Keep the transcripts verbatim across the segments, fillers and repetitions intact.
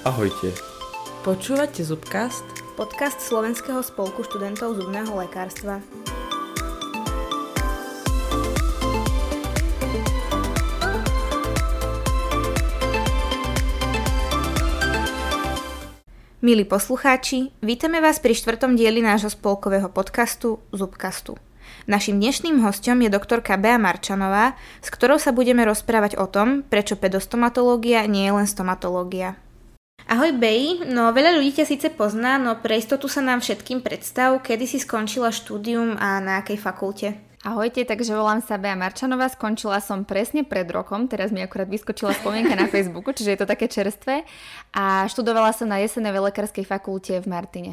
Ahojte. Počúvate Zubcast? Podcast Slovenského spolku študentov zubného lekárstva. Milí poslucháči, vítame vás pri štvrtom dieli nášho spolkového podcastu Zubcastu. Naším dnešným hosťom je doktorka Bea Marčanová, s ktorou sa budeme rozprávať o tom, prečo pedostomatológia nie je len stomatológia. Ahoj Bei, no veľa ľudí ťa síce pozná, no pre istotu sa nám všetkým predstav, kedy si skončila štúdium a na akej fakulte. Ahojte, takže volám sa Bea Marčanová, skončila som presne pred rokom, teraz mi akurát vyskočila spomienka na Facebooku, čiže je to také čerstvé a študovala som na Jesenovej lekárskej fakulte v Martine.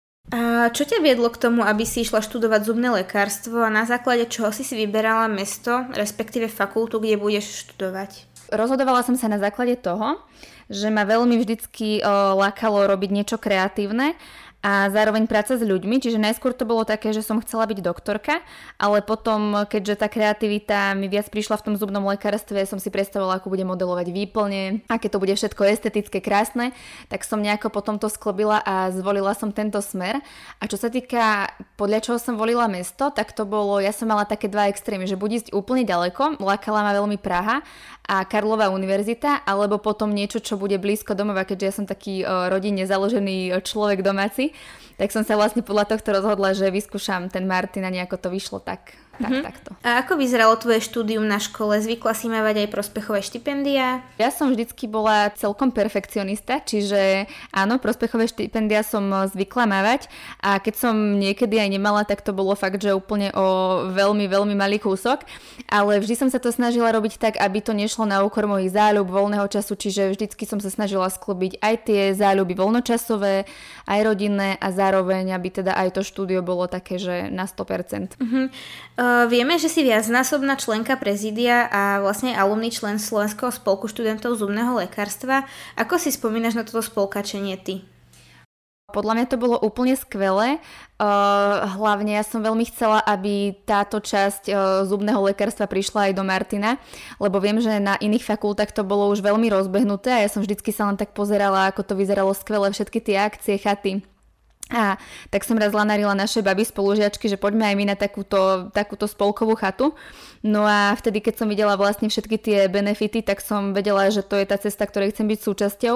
A čo ťa viedlo k tomu, aby si išla študovať zubné lekárstvo a na základe čoho si si vyberala mesto, respektíve fakultu, kde budeš študovať? Rozhodovala som sa na základe toho, že ma veľmi vždycky o, lákalo robiť niečo kreatívne a zároveň práca s ľuďmi, čiže najskôr to bolo také, že som chcela byť doktorka, ale potom, keďže tá kreativita mi viac prišla v tom zubnom lekárstve, som si predstavovala, ako budem modelovať výplne, aké to bude všetko estetické, krásne, tak som nejako potom to sklobila a zvolila som tento smer. A čo sa týka, podľa čoho som volila mesto, tak to bolo, ja som mala také dva extrémy, že buď ísť úplne ďaleko, lákala ma veľmi Praha a Karlova univerzita, alebo potom niečo, čo bude blízko domova, keďže ja som taký o, rodinne založený človek domáci, tak som sa vlastne podľa tohto rozhodla, že vyskúšam ten Martin a nejako to vyšlo tak, tak mm-hmm. takto. A ako vyzeralo tvoje štúdium na škole? Zvykla si mávať aj prospechové štipendia? Ja som vždycky bola celkom perfekcionista, čiže áno, prospechové štipendia som zvykla mávať a keď som niekedy aj nemala, tak to bolo fakt, že úplne o veľmi, veľmi malý kúsok, ale vždy som sa to snažila robiť tak, aby to nešlo na úkor mojich záľub, voľného času, čiže vždycky som sa snažila sklobiť aj tie záľuby voľnočasové, aj rodinné a zároveň, aby teda aj to štúdio bolo také, že na sto percent. Uh-huh. Uh, vieme, že si viacnásobná členka prezídia a vlastne alumný člen Slovenského spolku študentov zubného lekárstva. Ako si spomínaš na toto spolkačenie ty? Podľa mňa to bolo úplne skvelé. Uh, hlavne ja som veľmi chcela, aby táto časť uh, zubného lekárstva prišla aj do Martina, lebo viem, že na iných fakultách to bolo už veľmi rozbehnuté a ja som vždycky sa len tak pozerala, ako to vyzeralo skvelé, všetky tie akcie, chaty. A tak som raz lanarila naše baby spolužiačky, že poďme aj my na takúto, takúto spolkovú chatu. No a vtedy, keď som videla vlastne všetky tie benefity, tak som vedela, že to je tá cesta, ktorej chcem byť súčasťou.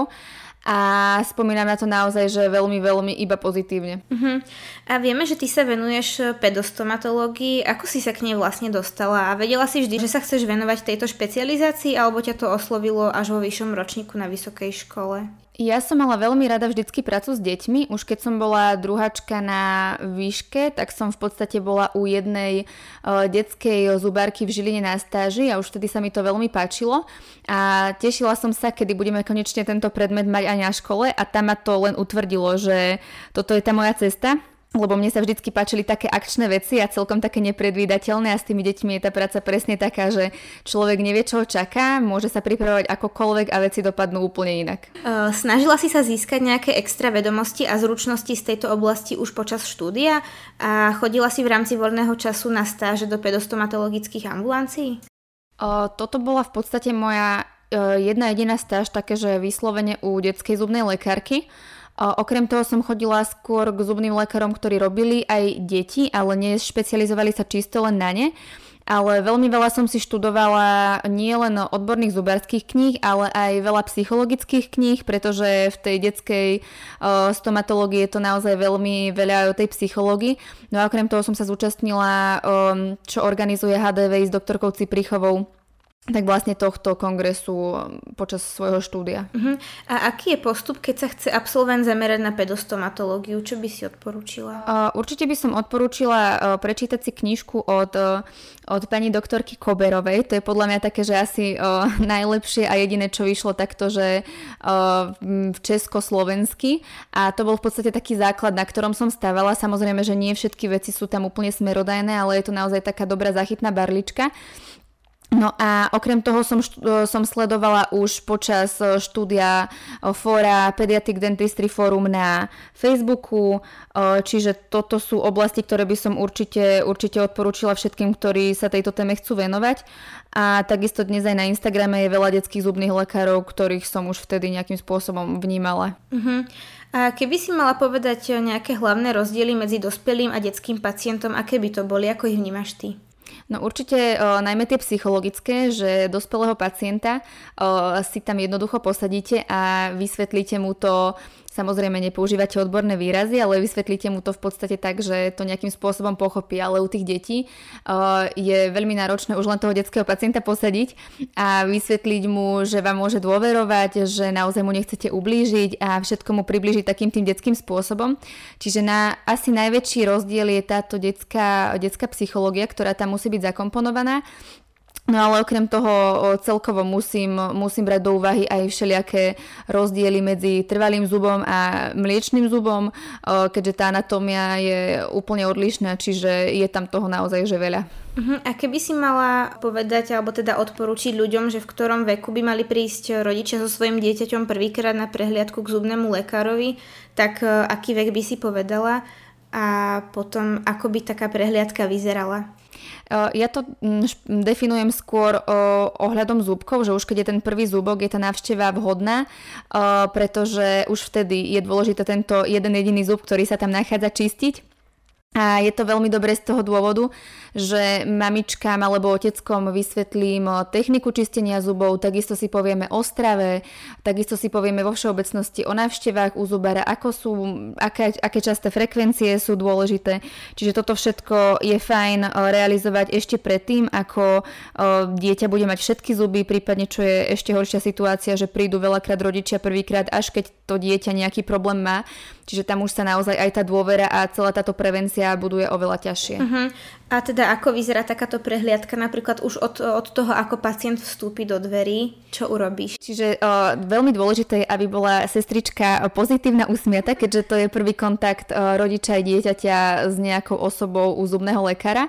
A spomínam na to naozaj, že veľmi, veľmi iba pozitívne. Uh-huh. A vieme, že ty sa venuješ pedostomatológii. Ako si sa k nej vlastne dostala? A vedela si vždy, že sa chceš venovať tejto špecializácii, alebo ťa to oslovilo až vo vyššom ročníku na vysokej škole? Ja som mala veľmi rada vždycky prácu s deťmi. Už keď som bola druháčka na výške, tak som v podstate bola u jednej uh, detskej zubárky v Žiline na stáži a už vtedy sa mi to veľmi páčilo. A tešila som sa, kedy budeme konečne tento predmet mať aj na škole a tam ma to len utvrdilo, že toto je tá moja cesta. Lebo mne sa vždycky páčili také akčné veci a celkom také nepredvídateľné a s tými deťmi je tá práca presne taká, že človek nevie, čo ho čaká, môže sa pripravovať akokoľvek a veci dopadnú úplne inak. Uh, snažila si sa získať nejaké extra vedomosti a zručnosti z tejto oblasti už počas štúdia a chodila si v rámci voľného času na stáže do pedostomatologických ambulancií? Uh, toto bola v podstate moja uh, jedna jediná stáž, také, že vyslovene u detskej zubnej lekárky. Okrem toho som chodila skôr k zubným lekárom, ktorí robili aj deti, ale nešpecializovali sa čisto len na ne. Ale veľmi veľa som si študovala nie len odborných zubárskych kníh, ale aj veľa psychologických kníh, pretože v tej detskej uh, stomatológii je to naozaj veľmi veľa aj o tej psychológii. No a okrem toho som sa zúčastnila, um, čo organizuje há dé vé s doktorkou Ciprichovou, tak vlastne tohto kongresu počas svojho štúdia. Uh-huh. A aký je postup, keď sa chce absolvent zamerať na pedostomatológiu? Čo by si odporúčila? Uh, určite by som odporúčila uh, prečítať si knižku od, uh, od pani doktorky Koberovej. To je podľa mňa také, že asi uh, najlepšie a jediné, čo vyšlo takto, že uh, v československy. A to bol v podstate taký základ, na ktorom som stávala. Samozrejme, že nie všetky veci sú tam úplne smerodajné, ale je to naozaj taká dobrá záchytná barlička. No a okrem toho som, som sledovala už počas štúdia fóra Pediatric Dentistry Forum na Facebooku, čiže toto sú oblasti, ktoré by som určite, určite odporúčila všetkým, ktorí sa tejto téme chcú venovať. A takisto dnes aj na Instagrame je veľa detských zubných lekárov, ktorých som už vtedy nejakým spôsobom vnímala. Uh-huh. A keby si mala povedať nejaké hlavné rozdiely medzi dospelým a detským pacientom, aké by to boli, ako ich vnímaš ty? No určite o, najmä tie psychologické, že dospelého pacienta o, si tam jednoducho posadíte a vysvetlíte mu to, samozrejme nepoužívate odborné výrazy, ale vysvetlíte mu to v podstate tak, že to nejakým spôsobom pochopí, ale u tých detí o, je veľmi náročné už len toho detského pacienta posadiť a vysvetliť mu, že vám môže dôverovať, že naozaj mu nechcete ublížiť a všetko mu priblížiť takým tým detským spôsobom. Čiže na asi najväčší rozdiel je táto detská, detská psychológia, ktorá tam musí byť zakomponovaná. No ale okrem toho celkovo musím, musím brať do úvahy aj všelijaké rozdiely medzi trvalým zubom a mliečnym zubom, keďže tá anatómia je úplne odlišná, čiže je tam toho naozaj že veľa. Uh-huh. A keby si mala povedať, alebo teda odporúčiť ľuďom, že v ktorom veku by mali prísť rodičia so svojím dieťaťom prvýkrát na prehliadku k zubnému lekárovi, tak aký vek by si povedala a potom ako by taká prehliadka vyzerala? Ja to definujem skôr ohľadom zúbkov, že už keď je ten prvý zúbok, je tá návšteva vhodná, pretože už vtedy je dôležité tento jeden jediný zub, ktorý sa tam nachádza, čistiť. A je to veľmi dobré z toho dôvodu, že mamičkám alebo oteckom vysvetlím techniku čistenia zubov, takisto si povieme o strave, takisto si povieme vo všeobecnosti o návštevách u zubára, ako sú, aké, aké časté frekvencie sú dôležité. Čiže toto všetko je fajn realizovať ešte predtým, ako dieťa bude mať všetky zuby, prípadne čo je ešte horšia situácia, že prídu veľakrát rodičia prvýkrát, až keď to dieťa nejaký problém má. Čiže tam už sa naozaj aj tá dôvera a celá táto prevencia buduje oveľa ťažšie. Uh-huh. A teda ako vyzerá takáto prehliadka napríklad už od, od toho, ako pacient vstúpi do dverí, čo urobíš? Čiže o, veľmi dôležité je, aby bola sestrička pozitívna, usmiata, keďže to je prvý kontakt o, rodiča aj dieťaťa s nejakou osobou u zubného lekára. O,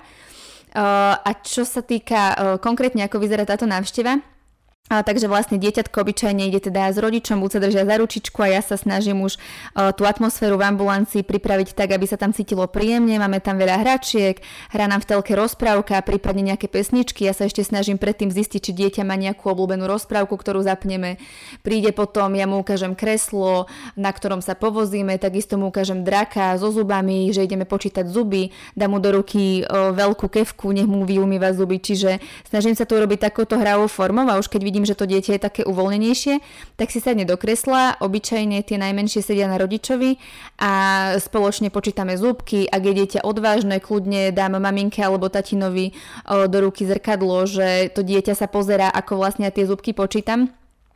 a čo sa týka o, konkrétne, ako vyzerá táto návšteva, A, takže vlastne dieťatko obyčajne ide teda s rodičom, buď sa držia za ručičku a ja sa snažím už uh, tú atmosféru v ambulancii pripraviť tak, aby sa tam cítilo príjemne. Máme tam veľa hračiek, hrá nám v telke rozprávka, prípadne nejaké pesničky. Ja sa ešte snažím predtým zistiť, či dieťa má nejakú obľúbenú rozprávku, ktorú zapneme. Príde potom, ja mu ukážem kreslo, na ktorom sa povozíme, takisto mu ukážem draka so zubami, že ideme počítať zuby, dám mu do ruky uh, veľkú kefku, nech mu vyumýva zuby. Čiže snažím sa to urobiť takouto hravou formou a už keď vidím, vidím, že to dieťa je také uvoľnenejšie, tak si sadne do kresla, obyčajne tie najmenšie sedia na rodičovi a spoločne počítame zúbky. Ak je dieťa odvážne, kľudne dám maminke alebo tatinovi do ruky zrkadlo, že to dieťa sa pozerá, ako vlastne tie zúbky počítam,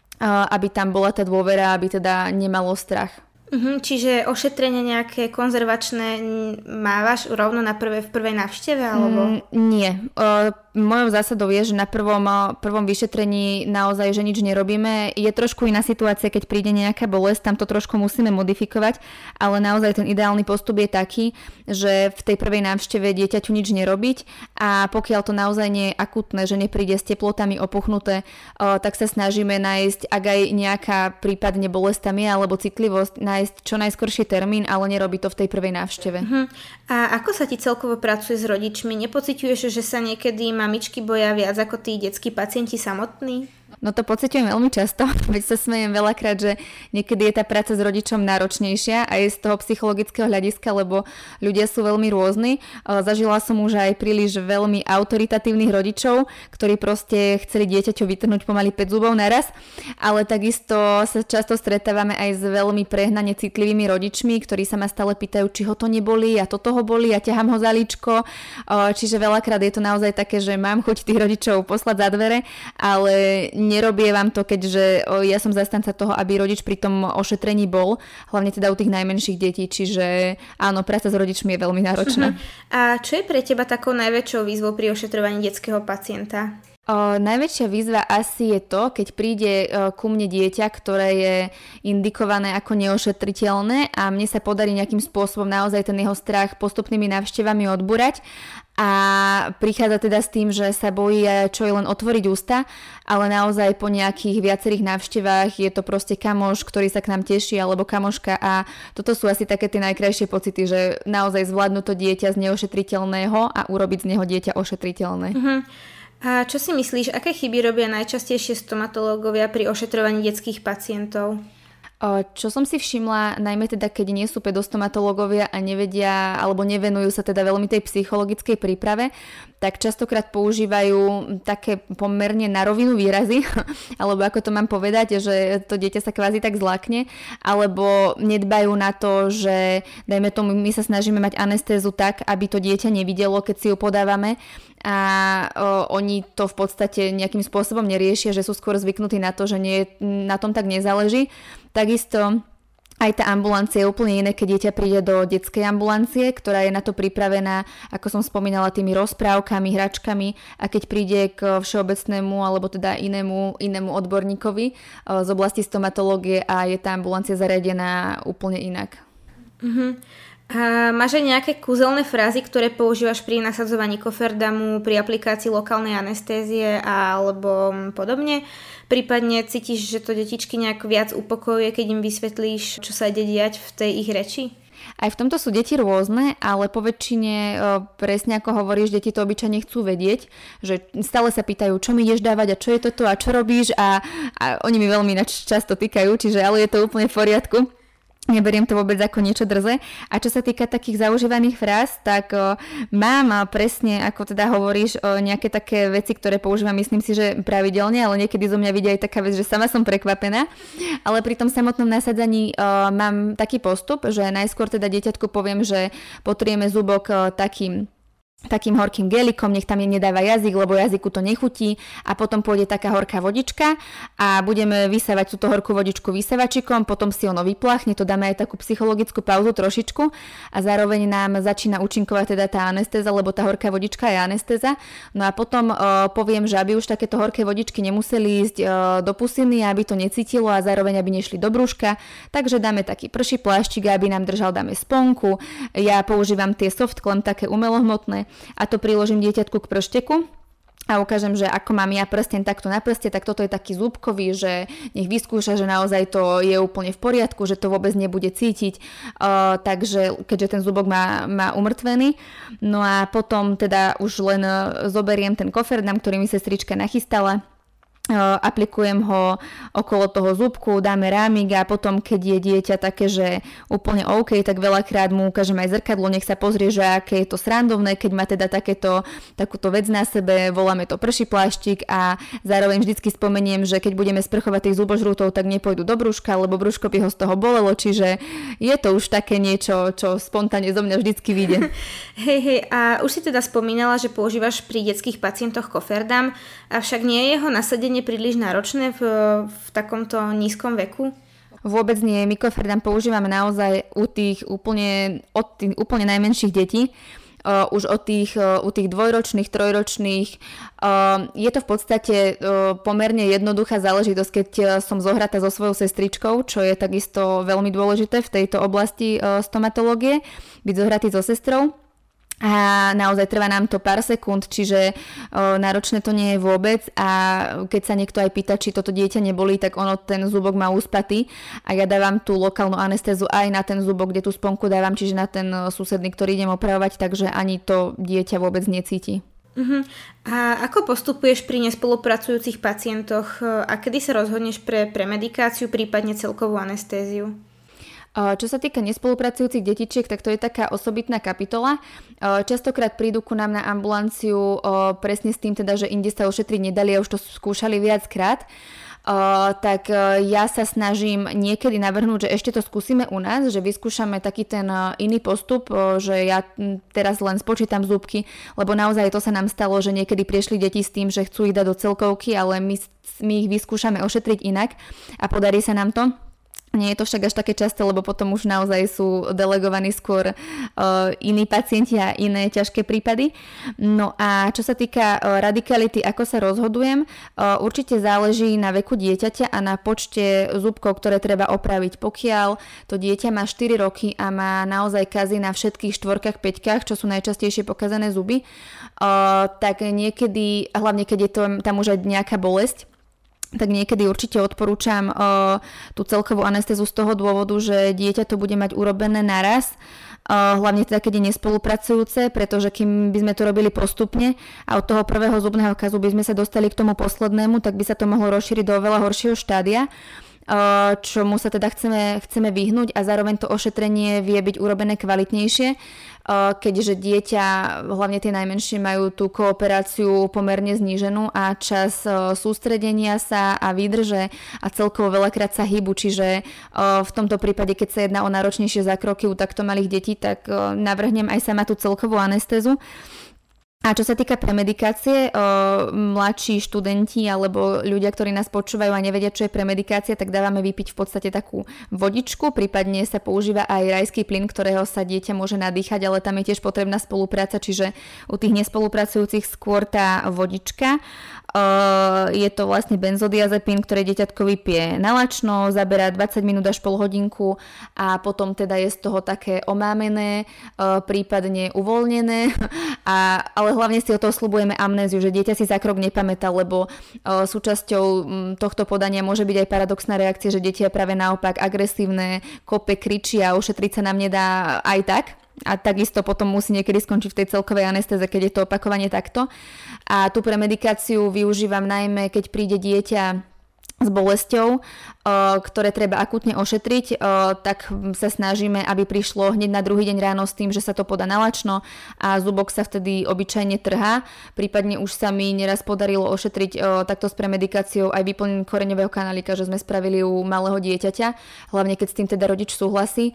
aby tam bola tá dôvera, aby teda nemalo strach. Uh-huh, čiže ošetrenie nejaké konzervačné mávaš rovno na prvé, v prvej návšteve? Alebo? Mm, nie. Uh, mojou zásadou je, že na prvom, prvom vyšetrení naozaj, že nič nerobíme. Je trošku iná situácia, keď príde nejaká bolesť, tam to trošku musíme modifikovať, ale naozaj ten ideálny postup je taký, že v tej prvej návšteve dieťaťu nič nerobiť a pokiaľ to naozaj nie je akutné, že nepríde s teplotami opuchnuté, uh, tak sa snažíme nájsť, ak aj nejaká prípadne bolesť tam je, alebo citlivosť, nájsť čo najskorší termín, ale nerobí to v tej prvej návšteve. Uh-huh. A ako sa ti celkovo pracuje s rodičmi? Nepociťuješ, že sa niekedy mamičky boja viac ako tí detskí pacienti samotní? No to pociťujem veľmi často, veď sa smejem veľakrát, že niekedy je tá práca s rodičom náročnejšia aj z toho psychologického hľadiska, lebo ľudia sú veľmi rôzni. Zažila som už aj príliš veľmi autoritatívnych rodičov, ktorí proste chceli dieťaťu vytrhnúť pomaly päť zubov naraz, ale takisto sa často stretávame aj s veľmi prehnane citlivými rodičmi, ktorí sa ma stále pýtajú, či ho to nebolí a toto ho bolí a ťahám ho za líčko. Čiže veľakrát je to naozaj také, že mám chuť tých rodičov poslať za dvere, ale nerobievam to, keďže ja som zastanca toho, aby rodič pri tom ošetrení bol, hlavne teda u tých najmenších detí, čiže áno, práca s rodičmi je veľmi náročná. A čo je pre teba takou najväčšou výzvou pri ošetrovaní detského pacienta? O, najväčšia výzva asi je to, keď príde o, ku mne dieťa, ktoré je indikované ako neošetriteľné a mne sa podarí nejakým spôsobom naozaj ten jeho strach postupnými návštevami odbúrať a prichádza teda s tým, že sa bojí čo je len otvoriť ústa, ale naozaj po nejakých viacerých návštevách je to proste kamoš, ktorý sa k nám teší, alebo kamoška a toto sú asi také tie najkrajšie pocity, že naozaj zvládnu to dieťa z neošetriteľného a urobiť z neho dieťa ošetriteľné. Uh-huh. A čo si myslíš, aké chyby robia najčastejšie stomatológovia pri ošetrovaní detských pacientov? Čo som si všimla, najmä teda keď nie sú pedostomatológovia a nevedia alebo nevenujú sa teda veľmi tej psychologickej príprave, tak častokrát používajú také pomerne na rovinu výrazy, alebo ako to mám povedať, že to dieťa sa kvázi tak zlákne, alebo nedbajú na to, že dajme tomu, my sa snažíme mať anestézu tak, aby to dieťa nevidelo, keď si ju podávame a o, oni to v podstate nejakým spôsobom neriešia, že sú skôr zvyknutí na to, že nie, na tom tak nezáleží. Takisto aj tá ambulancia je úplne iné, keď dieťa príde do detskej ambulancie, ktorá je na to pripravená, ako som spomínala, tými rozprávkami, hračkami a keď príde k všeobecnému alebo teda inému, inému odborníkovi z oblasti stomatológie a je tá ambulancia zariadená úplne inak. Uh-huh. A máš aj nejaké kúzelné frázy, ktoré používaš pri nasadzovaní koferdamu, pri aplikácii lokálnej anestézie alebo podobne? Prípadne cítiš, že to detičky nejak viac upokojuje, keď im vysvetlíš, čo sa ide diať v tej ich reči? Aj v tomto sú deti rôzne, ale po väčšine presne ako hovoríš, deti to obyčajne chcú vedieť, že stále sa pýtajú, čo mi ideš dávať a čo je toto a čo robíš a, a oni mi veľmi často týkajú, čiže ale je to úplne v poriadku. Neberiem to vôbec ako niečo drze. A čo sa týka takých zaužívaných fráz, tak o, mám presne, ako teda hovoríš, o, nejaké také veci, ktoré používam, myslím si, že pravidelne, ale niekedy zo mňa vidia aj taká vec, že sama som prekvapená. Ale pri tom samotnom nasadzaní o, mám taký postup, že najskôr teda dieťatku poviem, že potrebujeme zubok o, takým takým horkým gelikom, nech tam je nedáva jazyk, lebo jazyku to nechutí a potom pôjde taká horká vodička a budeme vysávať túto horkú vodičku vysávačikom, potom si ono vypláchne, to dáme aj takú psychologickú pauzu trošičku a zároveň nám začína účinkovať teda tá anestéza, lebo tá horká vodička je anestéza. No a potom uh, poviem, že aby už takéto horké vodičky nemuseli ísť uh, do pusiny, aby to necítilo a zároveň aby nešli do brúška, takže dáme taký prší pláštik, aby nám držal, dáme sponku. Ja používam tie softklem, také umelohmotné, a to priložím dieťatku k pršteku a ukážem, že ako mám ja prsten takto na prste, tak toto je taký zúbkový, že nech vyskúša, že naozaj to je úplne v poriadku, že to vôbec nebude cítiť, uh, takže keďže ten zúbok má, má umrtvený. No a potom teda už len zoberiem ten koferdam, ktorý mi sestrička nachystala, aplikujem ho okolo toho zúbku, dáme rámik a potom, keď je dieťa také, že úplne OK, tak veľakrát mu ukážem aj zrkadlo, nech sa pozrie, že aké je to srandovné, keď má teda takéto, takúto vec na sebe, voláme to prší pláštik a zároveň vždycky spomeniem, že keď budeme sprchovať tých zubožrútov, tak nepôjdu do brúška, lebo brúško by ho z toho bolelo, čiže je to už také niečo, čo spontánne zo mňa vždycky vyjde. Hej, hej, a už si teda spomínala, že používaš pri detských pacientoch koferdam, avšak nie je jeho nasadenie príliš náročné v, v takomto nízkom veku? Vôbec nie. My koferdam používame naozaj u tých úplne, od tých úplne najmenších detí. Uh, už od tých, uh, u tých dvojročných, trojročných. Uh, je to v podstate uh, pomerne jednoduchá záležitosť, keď uh, som zohratá so svojou sestričkou, čo je takisto veľmi dôležité v tejto oblasti uh, stomatológie, byť zohratý so sestrou. A naozaj trvá nám to pár sekúnd, čiže o, náročné to nie je vôbec a keď sa niekto aj pýta, či toto dieťa nebolí, tak ono ten zúbok má úspatý a ja dávam tú lokálnu anestézu aj na ten zúbok, kde tú sponku dávam, čiže na ten susedný, ktorý idem opravovať, takže ani to dieťa vôbec necíti. Uh-huh. A ako postupuješ pri nespolupracujúcich pacientoch a kedy sa rozhodneš pre premedikáciu, prípadne celkovú anestéziu? Čo sa týka nespolupracujúcich detičiek, tak to je taká osobitná kapitola. Častokrát prídu ku nám na ambulanciu presne s tým, teda, že inde sa ošetriť nedali a už to skúšali viackrát. Uh, tak uh, ja sa snažím niekedy navrhnúť, že ešte to skúsime u nás, že vyskúšame taký ten uh, iný postup, uh, že ja m, teraz len spočítam zúbky, lebo naozaj to sa nám stalo, že niekedy prišli deti s tým, že chcú ich dať do celkovky, ale my, my ich vyskúšame ošetriť inak a podarí sa nám to. Nie je to však až také časté, lebo potom už naozaj sú delegovaní skôr uh, iní pacienti a iné ťažké prípady. No a čo sa týka uh, radikality, ako sa rozhodujem, uh, určite záleží na veku dieťaťa a na počte zubkov, ktoré treba opraviť. Pokiaľ to dieťa má štyri roky a má naozaj kazy na všetkých štvorkách, peťkách, čo sú najčastejšie pokazané zuby, uh, tak niekedy, hlavne keď je to, tam už aj nejaká bolesť, tak niekedy určite odporúčam uh, tú celkovú anestézu z toho dôvodu, že dieťa to bude mať urobené naraz, uh, hlavne teda keď je nespolupracujúce, pretože kým by sme to robili postupne a od toho prvého zubného kazu by sme sa dostali k tomu poslednému, tak by sa to mohlo rozšíriť do oveľa horšieho štádia, uh, čomu sa teda chceme, chceme vyhnúť a zároveň to ošetrenie vie byť urobené kvalitnejšie, keďže dieťa, hlavne tie najmenšie, majú tú kooperáciu pomerne zníženú a čas sústredenia sa a výdrže a celkovo veľakrát sa hýbu, čiže v tomto prípade, keď sa jedná o náročnejšie zákroky u takto malých detí, tak navrhnem aj sama tú celkovú anestézu. A čo sa týka premedikácie, o, mladší študenti alebo ľudia, ktorí nás počúvajú a nevedia, čo je premedikácia, tak dávame vypiť v podstate takú vodičku, prípadne sa používa aj rajský plyn, ktorého sa dieťa môže nadýchať, ale tam je tiež potrebná spolupráca, čiže u tých nespolupracujúcich skôr tá vodička. Uh, je to vlastne benzodiazepín, ktoré dieťatko vypije nalačno, zaberá dvadsať minút až pol hodinku a potom teda je z toho také omámené, uh, prípadne uvoľnené, a, ale hlavne si o toho sľubujeme amnéziu, že dieťa si za krok nepamätá, lebo uh, súčasťou um, tohto podania môže byť aj paradoxná reakcia, že dieťa je práve naopak agresívne, kope, kričí a ošetriť sa nám nedá aj tak. A takisto potom musí niekedy skončiť v tej celkovej anestéze, keď je to opakovanie takto. A tú premedikáciu využívam najmä, keď príde dieťa s bolesťou, ktoré treba akútne ošetriť, tak sa snažíme, aby prišlo hneď na druhý deň ráno s tým, že sa to podá nalačno a zubok sa vtedy obyčajne trhá. Prípadne už sa mi neraz podarilo ošetriť takto s premedikáciou aj vyplnenie koreňového kanálika, že sme spravili u malého dieťaťa, hlavne keď s tým teda rodič súhlasí.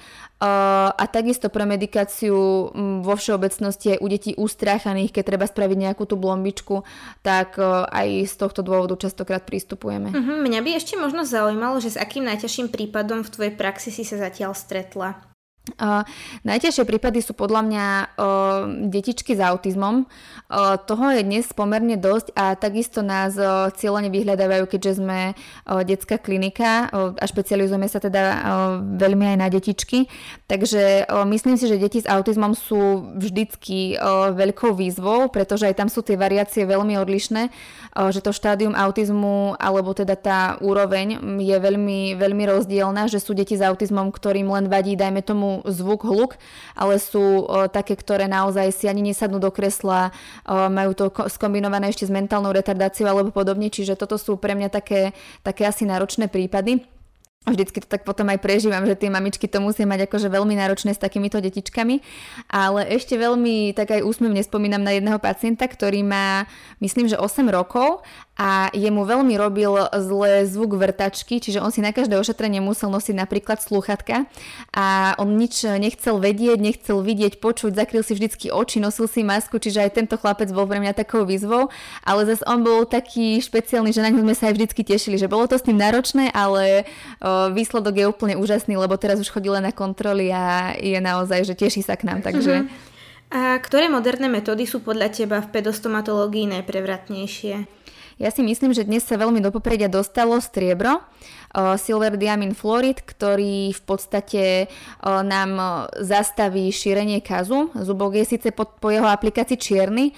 A takisto premedikáciu vo všeobecnosti aj u detí ustráchaných, keď treba spraviť nejakú tú blombičku, tak aj z tohto dôvodu častokrát pristupujeme. Uh-huh, mňa by ešte možno zaujímalo, že s akým najťažším prípadom v tvojej praxi si sa zatiaľ stretla? Uh, najťažšie prípady sú podľa mňa uh, detičky s autizmom. Uh, toho je dnes pomerne dosť a takisto nás uh, cieľene vyhľadávajú, keďže sme uh, detská klinika uh, a špecializujeme sa teda uh, veľmi aj na detičky. Takže uh, myslím si, že deti s autizmom sú vždycky uh, veľkou výzvou, pretože aj tam sú tie variácie veľmi odlišné, uh, že to štádium autizmu alebo teda tá úroveň je veľmi, veľmi rozdielna, že sú deti s autizmom, ktorým len vadí, dajme tomu, zvuk, hluk, ale sú o, také, ktoré naozaj si ani nesadnú do kresla, o, majú to ko- skombinované ešte s mentálnou retardáciou alebo podobne, čiže toto sú pre mňa také, také asi náročné prípady. Vždycky to tak potom aj prežívam, že tie mamičky to musia mať akože veľmi náročné s takýmito detičkami, ale ešte veľmi tak aj úsmevne spomínam na jedného pacienta, ktorý má, myslím, že osem rokov a jemu veľmi robil zle zvuk vrtačky, čiže on si na každé ošetrenie musel nosiť napríklad slúchatka a on nič nechcel vedieť, nechcel vidieť, počuť, zakryl si vždycky oči, nosil si masku, čiže aj tento chlapec bol pre mňa takou výzvou, ale zase on bol taký špeciálny, že na ňu sme sa aj vždycky tešili, že bolo to s ním náročné, ale o, výsledok je úplne úžasný, lebo teraz už chodí len na kontroly a je naozaj, že teší sa k nám, takže... Uh-huh. A ktoré moderné metódy sú podľa teba v pedostomatológii najprevratnejšie? Ja si myslím, že dnes sa veľmi do popredia dostalo striebro, silver diamine fluorid, ktorý v podstate nám zastaví šírenie kazu. Zubok je síce po, po jeho aplikácii čierny,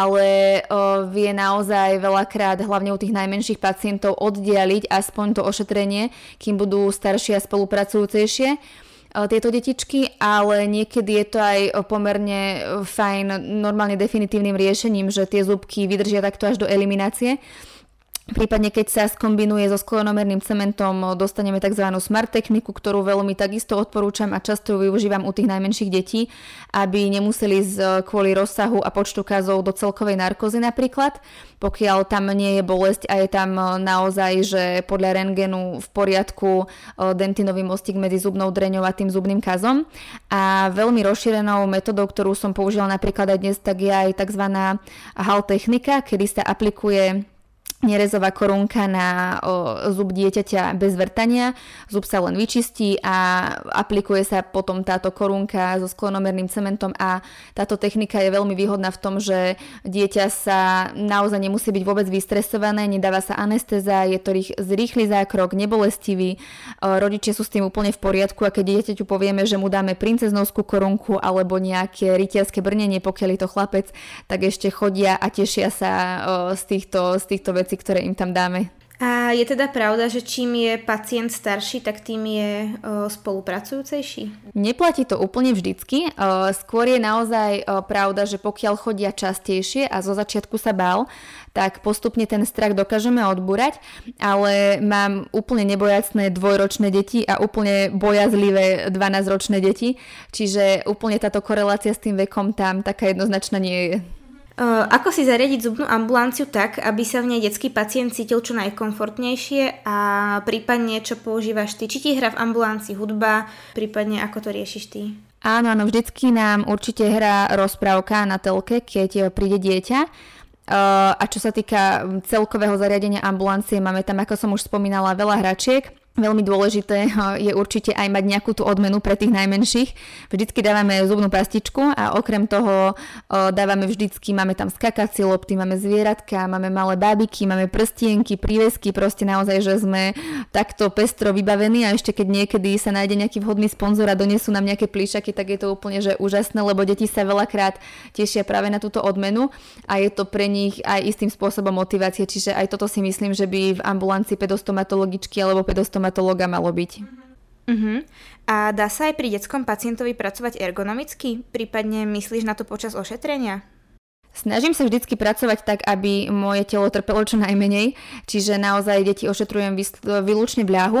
ale vie naozaj veľakrát, hlavne u tých najmenších pacientov, oddialiť aspoň to ošetrenie, kým budú staršie a spolupracujúcejšie tieto detičky, ale niekedy je to aj pomerne fajn, normálne definitívnym riešením, že tie zubky vydržia takto až do eliminácie. Prípadne keď sa skombinuje so sklonomerným cementom, dostaneme tzv. Smart techniku, ktorú veľmi takisto odporúčam a často ju využívam u tých najmenších detí, aby nemuseli z, kvôli rozsahu a počtu kazov do celkovej narkózy napríklad, pokiaľ tam nie je bolesť a je tam naozaj, že podľa rentgenu v poriadku dentinový mostík medzi zubnou dreňou a tým zubným kazom. A veľmi rozšírenou metodou, ktorú som použila napríklad aj dnes, tak je aj tzv. Hall technika, kedy sa aplikuje nerezová korunka na o, zub dieťaťa bez vrtania, zub sa len vyčistí a aplikuje sa potom táto korunka so sklonomerným cementom a táto technika je veľmi výhodná v tom, že dieťa sa naozaj nemusí byť vôbec vystresované, nedáva sa anestéza, je to rých, rýchly zákrok, nebolestivý, o, rodičia sú s tým úplne v poriadku a keď dieťaťu povieme, že mu dáme princeznovskú korunku alebo nejaké rytierské brnenie, pokiaľ je to chlapec, tak ešte chodia a tešia sa o, z týchto, z týchto vecí, ktoré im tam dáme. A je teda pravda, že čím je pacient starší, tak tým je o, spolupracujúcejší? Neplatí to úplne vždycky. O, skôr je naozaj o, pravda, že pokiaľ chodia častejšie a zo začiatku sa bál, tak postupne ten strach dokážeme odbúrať, ale mám úplne nebojacné dvojročné deti a úplne bojazlivé dvanásťročné deti, čiže úplne táto korelácia s tým vekom tam taká jednoznačná nie je. Uh, ako si zariadiť zubnú ambulanciu tak, aby sa v nej detský pacient cítil čo najkomfortnejšie a prípadne čo používaš ty? Či ti hrá v ambulancii hudba, prípadne ako to riešiš ty? Áno, áno, vždycky nám určite hrá rozprávka na telke, keď príde dieťa. Uh, a čo sa týka celkového zariadenia ambulancie, máme tam, ako som už spomínala, veľa hračiek. Veľmi dôležité je určite aj mať nejakú tú odmenu pre tých najmenších. Vždycky dávame zubnú pastičku a okrem toho dávame vždycky, máme tam skakacie lopty, máme zvieratka, máme malé bábiky, máme prstienky, prívesky, proste naozaj, že sme takto pestro vybavení a ešte keď niekedy sa nájde nejaký vhodný sponzor a donesú nám nejaké plíšaky, tak je to úplne že úžasné, lebo deti sa veľakrát tešia práve na túto odmenu a je to pre nich aj istým spôsobom motivácie, čiže aj toto si myslím, že by v ambulancii pedostomatologičky alebo pedostomatologičky stomatológa malo byť. Uh-huh. A dá sa aj pri detskom pacientovi pracovať ergonomicky? Prípadne myslíš na to počas ošetrenia? Snažím sa vždycky pracovať tak, aby moje telo trpelo čo najmenej, čiže naozaj deti ošetrujem výlučne v ľahu.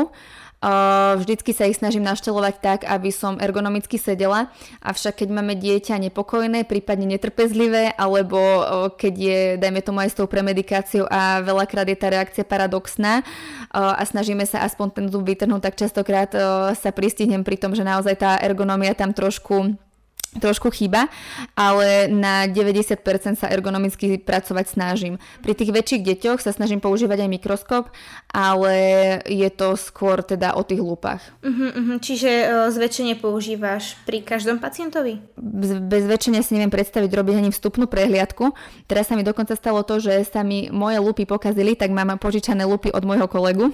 Vždycky sa ich snažím naštelovať tak, aby som ergonomicky sedela, avšak keď máme dieťa nepokojné, prípadne netrpezlivé, alebo keď je, dajme tomu aj s tou premedikáciou a veľakrát je tá reakcia paradoxná a snažíme sa aspoň ten zub vytrhnúť, tak častokrát sa pristihnem pri tom, že naozaj tá ergonomia tam trošku trošku chýba, ale na deväťdesiat percent sa ergonomicky pracovať snažím. Pri tých väčších deťoch sa snažím používať aj mikroskop, ale je to skôr teda o tých lúpach. Uh-huh, uh-huh. Čiže uh, zväčšenie používaš pri každom pacientovi? Bez, bez zväčšenia si neviem predstaviť robiť ani vstupnú prehliadku. Teraz sa mi dokonca stalo to, že sa mi moje lúpy pokazili, tak mám požičané lúpy od môjho kolegu.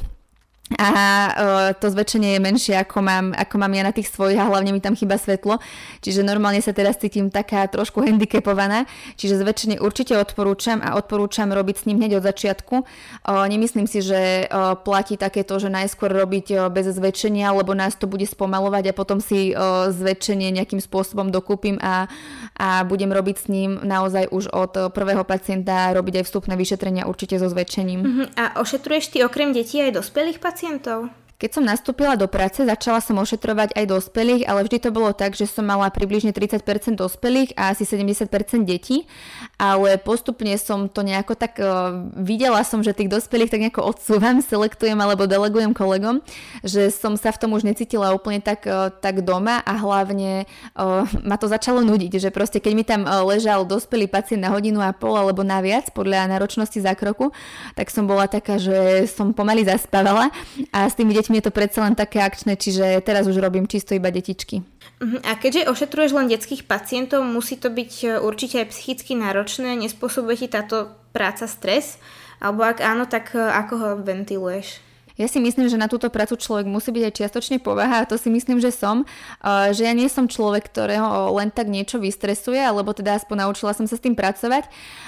A uh, to zväčšenie je menšie ako mám, ako mám ja na tých svojich a hlavne mi tam chýba svetlo, čiže normálne sa teraz cítim taká trošku handicapovaná, čiže zväčšenie určite odporúčam a odporúčam robiť s ním hneď od začiatku. Uh, nemyslím si, že uh, platí takéto, že najskôr robiť uh, bez zväčšenia, lebo nás to bude spomalovať a potom si uh, zväčšenie nejakým spôsobom dokúpim a, a budem robiť s ním naozaj už od uh, prvého pacienta robiť aj vstupné vyšetrenia určite so zväčšením. Uh-huh. A ošetruješ ty okrem detí aj dospelých pacientov? pacientov? Keď som nastúpila do práce, začala som ošetrovať aj dospelých, ale vždy to bolo tak, že som mala približne tridsať percent dospelých a asi sedemdesiat percent detí, ale postupne som to nejako tak uh, videla som, že tých dospelých tak nejako odsúvam, selektujem alebo delegujem kolegom, že som sa v tom už necítila úplne tak, uh, tak doma a hlavne uh, ma to začalo nudiť, že proste keď mi tam uh, ležal dospelý pacient na hodinu a pol alebo na viac podľa náročnosti zákroku, tak som bola taká, že som pomaly zaspávala a s tými deťmi je to predsa len také akčné, čiže teraz už robím čisto iba detičky. A keďže ošetruješ len detských pacientov, musí to byť určite aj psychicky náročné, nespôsobuje ti táto práca stres? Alebo ak áno, tak ako ho ventiluješ? Ja si myslím, že na túto prácu človek musí byť aj čiastočne povaha a to si myslím, že som. Že ja nie som človek, ktorého len tak niečo vystresuje, alebo teda aspoň naučila som sa s tým pracovať.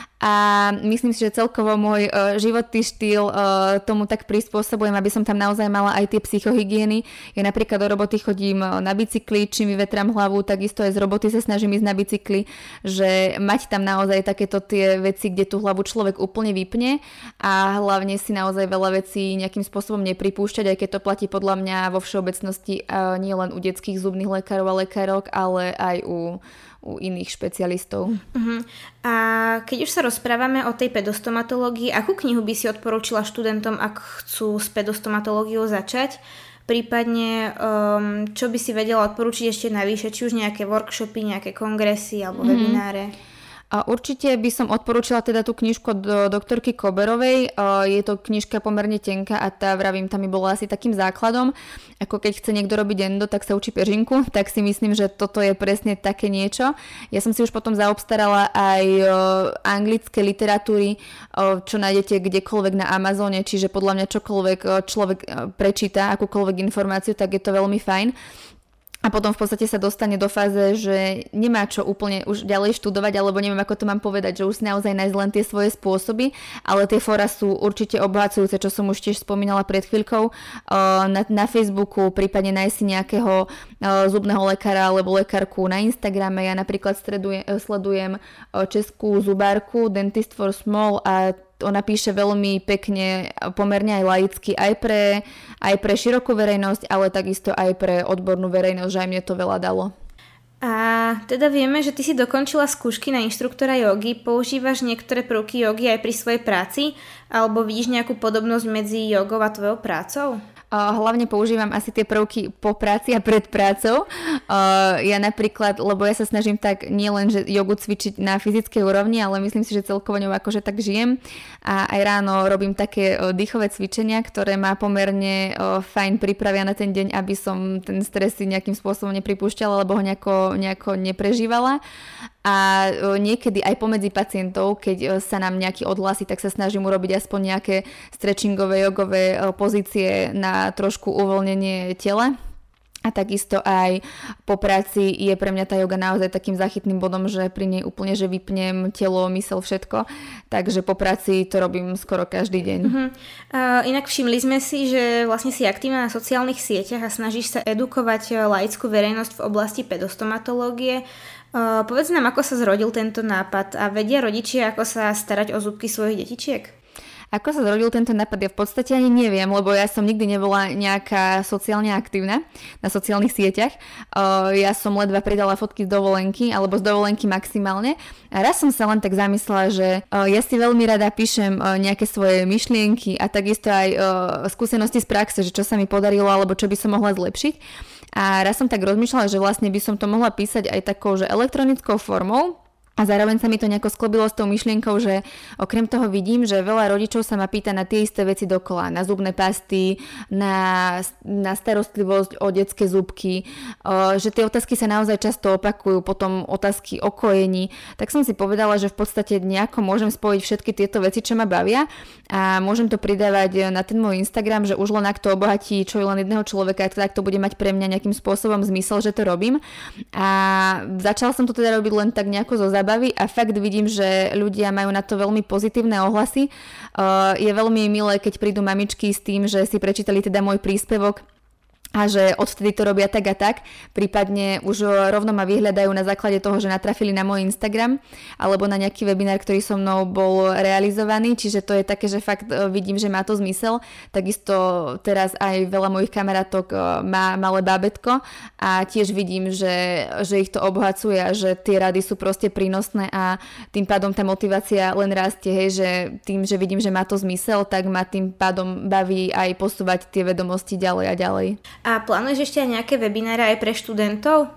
A myslím si, že celkovo môj uh, životný štýl uh, tomu tak prispôsobujem, aby som tam naozaj mala aj tie psychohygieny. Ja napríklad do roboty chodím na bicykli, čím vyvetrám hlavu, takisto aj z roboty sa snažím ísť na bicykli, že mať tam naozaj takéto tie veci, kde tú hlavu človek úplne vypne a hlavne si naozaj veľa vecí nejakým spôsobom nepripúšťať, aj keď to platí podľa mňa vo všeobecnosti uh, nie len u detských zubných lekárov a lekárok, ale aj u u iných špecialistov. Uh-huh. A keď už sa rozprávame o tej pedostomatológii, akú knihu by si odporúčila študentom, ak chcú s pedostomatológiou začať? Prípadne, um, čo by si vedela odporúčiť ešte navyše, či už nejaké workshopy, nejaké kongresy alebo uh-huh. webináre? A určite by som odporúčila teda tú knižku od doktorky Koberovej. Je to knižka pomerne tenká a tá, vravím, tam mi bola asi takým základom. Ako keď chce niekto robiť endo, tak sa učí peržinku, tak si myslím, že toto je presne také niečo. Ja som si už potom zaobstarala aj anglické literatúry, čo nájdete kdekoľvek na Amazone, čiže podľa mňa čokoľvek človek prečíta, akúkoľvek informáciu, tak je to veľmi fajn. A potom v podstate sa dostane do fáze, že nemá čo úplne už ďalej študovať, alebo neviem, ako to mám povedať, že už si naozaj nájsť len tie svoje spôsoby, ale tie fóra sú určite obohacujúce, čo som už tiež spomínala pred chvíľkou. Na, na Facebooku, prípadne nájsť si nejakého zubného lekára alebo lekárku na Instagrame. Ja napríklad stredujem, sledujem českú zubárku Dentist for Small a ona píše veľmi pekne, pomerne aj laicky, aj pre, aj pre širokú verejnosť, ale takisto aj pre odbornú verejnosť, že aj mne to veľa dalo. A teda vieme, že ty si dokončila skúšky na inštruktora jogy, používaš niektoré prvky jogy aj pri svojej práci, alebo vidíš nejakú podobnosť medzi jogou a tvojou prácou? Hlavne používam asi tie prvky po práci a pred prácou. Ja napríklad, lebo ja sa snažím tak nie len, že jogu cvičiť na fyzickej úrovni, ale myslím si, že celkovo ňou akože tak žijem. A aj ráno robím také dýchové cvičenia, ktoré ma pomerne fajn pripravia na ten deň, aby som ten stres si nejakým spôsobom nepripúšťala, alebo ho nejako, nejako neprežívala. A niekedy aj pomedzi pacientov, keď sa nám nejaký odhlási, tak sa snažím urobiť aspoň nejaké stretchingové, jogové pozície na trošku uvoľnenie tela. A takisto aj po práci je pre mňa tá joga naozaj takým záchytným bodom, že pri nej úplne, že vypnem telo, mysel, všetko. Takže po práci to robím skoro každý deň. Uh-huh. Uh, inak všimli sme si, že vlastne si aktívna na sociálnych sieťach a snažíš sa edukovať laickú verejnosť v oblasti pedostomatológie. Uh, povedz nám, ako sa zrodil tento nápad a vedia rodičia, ako sa starať o zubky svojich detičiek? Ako sa zrodil tento nápad, ja v podstate ani neviem, lebo ja som nikdy nebola nejaká sociálne aktívna na sociálnych sieťach. Uh, ja som ledva pridala fotky z dovolenky, alebo z dovolenky maximálne. A raz som sa len tak zamyslela, že uh, ja si veľmi rada píšem uh, nejaké svoje myšlienky a takisto aj uh, skúsenosti z praxe, že čo sa mi podarilo, alebo čo by som mohla zlepšiť. A raz som tak rozmýšľala, že vlastne by som to mohla písať aj takou, že elektronickou formou. A zároveň sa mi to nejako sklobilo s tou myšlienkou, že okrem toho vidím, že veľa rodičov sa ma pýta na tie isté veci dokola, na zubné pasty, na, na starostlivosť o detské zubky, o, že tie otázky sa naozaj často opakujú, potom otázky o kojení. Tak som si povedala, že v podstate nejako môžem spojiť všetky tieto veci, čo ma bavia a môžem to pridávať na ten môj Instagram, že už len ak to obohatí čo len jedného človeka, tak to bude mať pre mňa nejakým spôsobom zmysel, že to robím. A začala som to teda robiť len tak nejako zo baví a fakt vidím, že ľudia majú na to veľmi pozitívne ohlasy. Uh, je veľmi milé, keď prídu mamičky s tým, že si prečítali teda môj príspevok a že odvtedy to robia tak a tak, prípadne už rovno ma vyhľadajú na základe toho, že natrafili na môj Instagram alebo na nejaký webinár, ktorý so mnou bol realizovaný, čiže to je také, že fakt vidím, že má to zmysel. Takisto teraz aj veľa mojich kamarátok má malé bábätko a tiež vidím, že, že ich to obohacuje a že tie rady sú proste prínosné a tým pádom tá motivácia len rastie, hej, že tým, že vidím, že má to zmysel, tak ma tým pádom baví aj posúvať tie vedomosti ďalej a ďalej. A plánuješ ešte aj nejaké webináre aj pre študentov?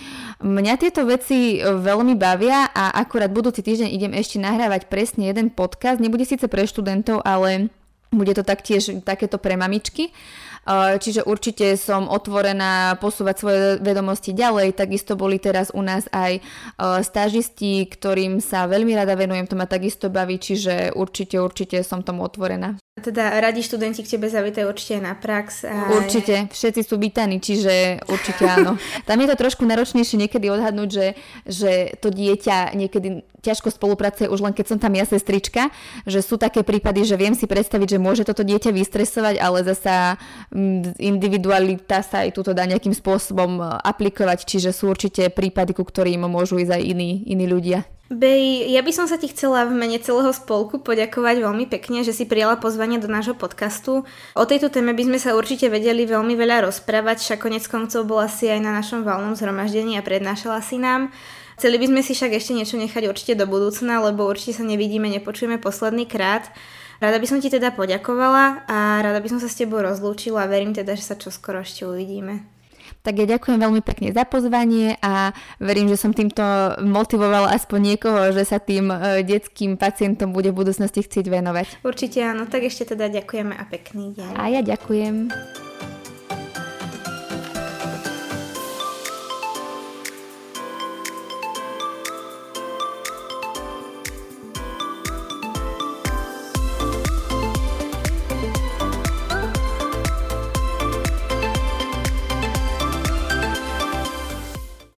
Mňa tieto veci veľmi bavia a akurát budúci týždeň idem ešte nahrávať presne jeden podcast. Nebude síce pre študentov, ale bude to taktiež takéto pre mamičky. Čiže určite som otvorená posúvať svoje vedomosti ďalej. Takisto boli teraz u nás aj stážisti, ktorým sa veľmi rada venujem, to ma takisto baví, čiže určite, určite som tomu otvorená. Teda radi študenti k tebe zavítajú určite aj na prax. A... Určite, všetci sú vítaní, čiže určite áno. Tam je to trošku náročnejšie niekedy odhadnúť, že, že to dieťa niekedy ťažko spolupracuje už len keď som tam ja sestrička, že sú také prípady, že viem si predstaviť, že môže toto dieťa vystresovať, ale zasa individualita sa aj túto dá nejakým spôsobom aplikovať, čiže sú určite prípady, ku ktorým môžu ísť aj iní, iní ľudia. Bej, ja by som sa ti chcela v mene celého spolku poďakovať veľmi pekne, že si prijala pozvanie do nášho podcastu. O tejto téme by sme sa určite vedeli veľmi veľa rozprávať, však konec koncov bola si aj na našom valnom zhromaždení a prednášala si nám. Chceli by sme si však ešte niečo nechať určite do budúcna, lebo určite sa nevidíme, nepočujeme posledný krát. Rada by som ti teda poďakovala a rada by som sa s tebou rozlúčila a verím teda, že sa čoskoro ešte uvidíme. Tak ja ďakujem veľmi pekne za pozvanie a verím, že som týmto motivovala aspoň niekoho, že sa tým detským pacientom bude v budúcnosti chcieť venovať. Určite áno, tak ešte teda ďakujeme a pekný deň. A ja ďakujem.